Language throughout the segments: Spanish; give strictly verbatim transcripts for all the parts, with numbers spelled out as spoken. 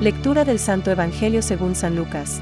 Lectura del Santo Evangelio según San Lucas.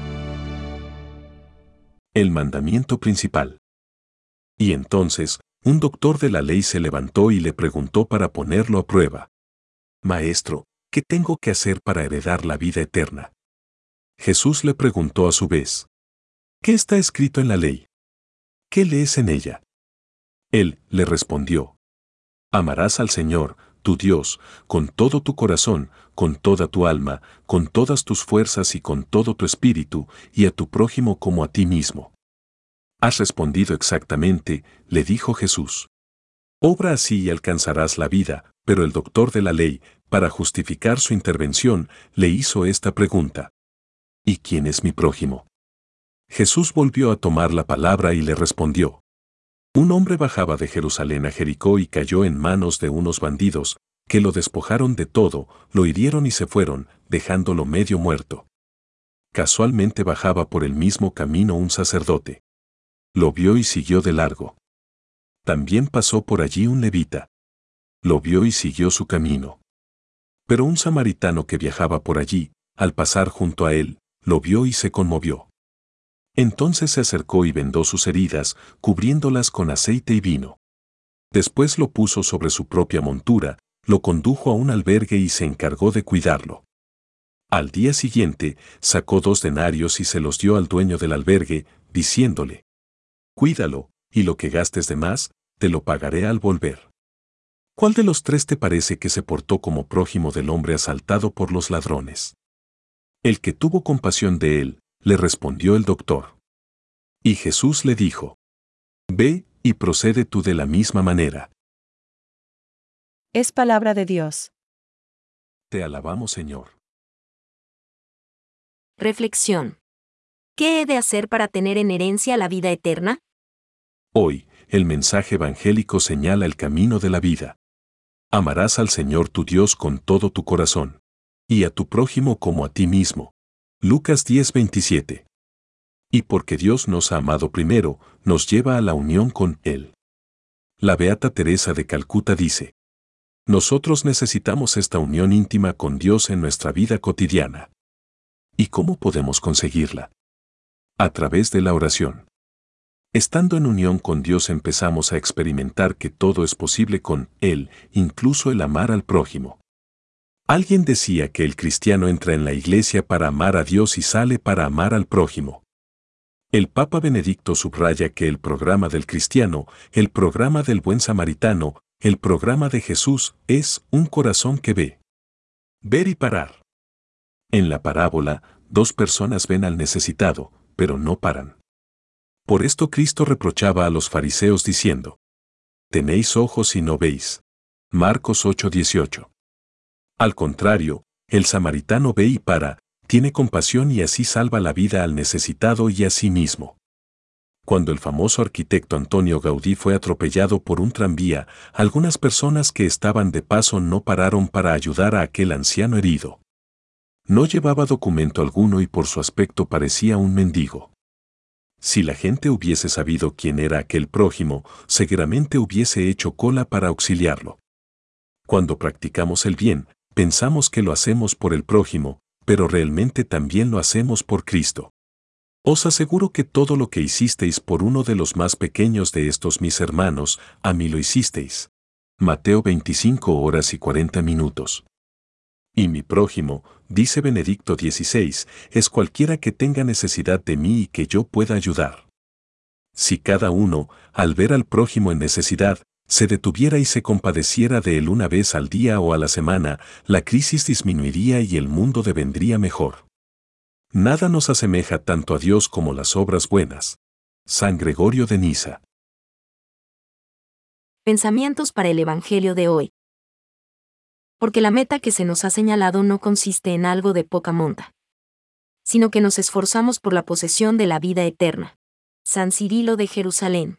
El mandamiento principal. Y entonces, un doctor de la ley se levantó y le preguntó para ponerlo a prueba: Maestro, ¿qué tengo que hacer para heredar la vida eterna? Jesús le preguntó a su vez: ¿Qué está escrito en la ley? ¿Qué lees en ella? Él le respondió: Amarás al Señor, tu Dios, con todo tu corazón, con toda tu alma, con todas tus fuerzas y con todo tu espíritu, y a tu prójimo como a ti mismo. Has respondido exactamente, le dijo Jesús. Obra así y alcanzarás la vida. Pero el doctor de la ley, para justificar su intervención, le hizo esta pregunta: ¿Y quién es mi prójimo? Jesús volvió a tomar la palabra y le respondió: Un hombre bajaba de Jerusalén a Jericó y cayó en manos de unos bandidos, que lo despojaron de todo, lo hirieron y se fueron, dejándolo medio muerto. Casualmente bajaba por el mismo camino un sacerdote. Lo vio y siguió de largo. También pasó por allí un levita. Lo vio y siguió su camino. Pero un samaritano que viajaba por allí, al pasar junto a él, lo vio y se conmovió. Entonces se acercó y vendó sus heridas, cubriéndolas con aceite y vino. Después lo puso sobre su propia montura, lo condujo a un albergue y se encargó de cuidarlo. Al día siguiente, sacó dos denarios y se los dio al dueño del albergue, diciéndole: Cuídalo, y lo que gastes de más, te lo pagaré al volver. ¿Cuál de los tres te parece que se portó como prójimo del hombre asaltado por los ladrones? El que tuvo compasión de él, le respondió el doctor. Y Jesús le dijo: Ve, y procede tú de la misma manera. Es palabra de Dios. Te alabamos, Señor. Reflexión. ¿Qué he de hacer para tener en herencia la vida eterna? Hoy, el mensaje evangélico señala el camino de la vida. Amarás al Señor tu Dios con todo tu corazón, y a tu prójimo como a ti mismo. Lucas diez veintisiete. Y porque Dios nos ha amado primero, nos lleva a la unión con Él. La Beata Teresa de Calcuta dice: Nosotros necesitamos esta unión íntima con Dios en nuestra vida cotidiana. ¿Y cómo podemos conseguirla? A través de la oración. Estando en unión con Dios empezamos a experimentar que todo es posible con Él, incluso el amar al prójimo. Alguien decía que el cristiano entra en la iglesia para amar a Dios y sale para amar al prójimo. El Papa Benedicto subraya que el programa del cristiano, el programa del buen samaritano, el programa de Jesús, es un corazón que ve. Ver y parar. En la parábola, dos personas ven al necesitado, pero no paran. Por esto Cristo reprochaba a los fariseos diciendo: Tenéis ojos y no veis. Marcos ocho dieciocho. Al contrario, el samaritano ve y para, tiene compasión y así salva la vida al necesitado y a sí mismo. Cuando el famoso arquitecto Antonio Gaudí fue atropellado por un tranvía, algunas personas que estaban de paso no pararon para ayudar a aquel anciano herido. No llevaba documento alguno y por su aspecto parecía un mendigo. Si la gente hubiese sabido quién era aquel prójimo, seguramente hubiese hecho cola para auxiliarlo. Cuando practicamos el bien, pensamos que lo hacemos por el prójimo, pero realmente también lo hacemos por Cristo. Os aseguro que todo lo que hicisteis por uno de los más pequeños de estos mis hermanos, a mí lo hicisteis. Mateo veinticinco horas y cuarenta minutos. Y mi prójimo, dice Benedicto dieciséis, es cualquiera que tenga necesidad de mí y que yo pueda ayudar. Si cada uno, al ver al prójimo en necesidad, se detuviera y se compadeciera de él una vez al día o a la semana, la crisis disminuiría y el mundo devendría mejor. Nada nos asemeja tanto a Dios como las obras buenas. San Gregorio de Niza. Pensamientos para el Evangelio de hoy. Porque la meta que se nos ha señalado no consiste en algo de poca monta, sino que nos esforzamos por la posesión de la vida eterna. San Cirilo de Jerusalén.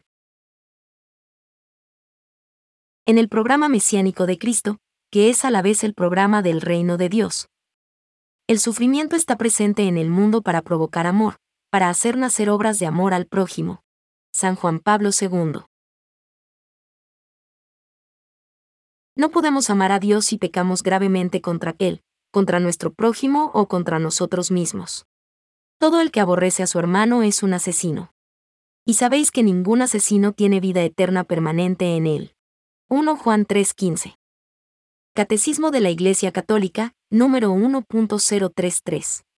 En el programa mesiánico de Cristo, que es a la vez el programa del reino de Dios, el sufrimiento está presente en el mundo para provocar amor, para hacer nacer obras de amor al prójimo. San Juan Pablo segundo. No podemos amar a Dios si pecamos gravemente contra Él, contra nuestro prójimo o contra nosotros mismos. Todo el que aborrece a su hermano es un asesino. Y sabéis que ningún asesino tiene vida eterna permanente en él. primero Juan tres quince. Catecismo de la Iglesia Católica, número uno punto cero treinta y tres.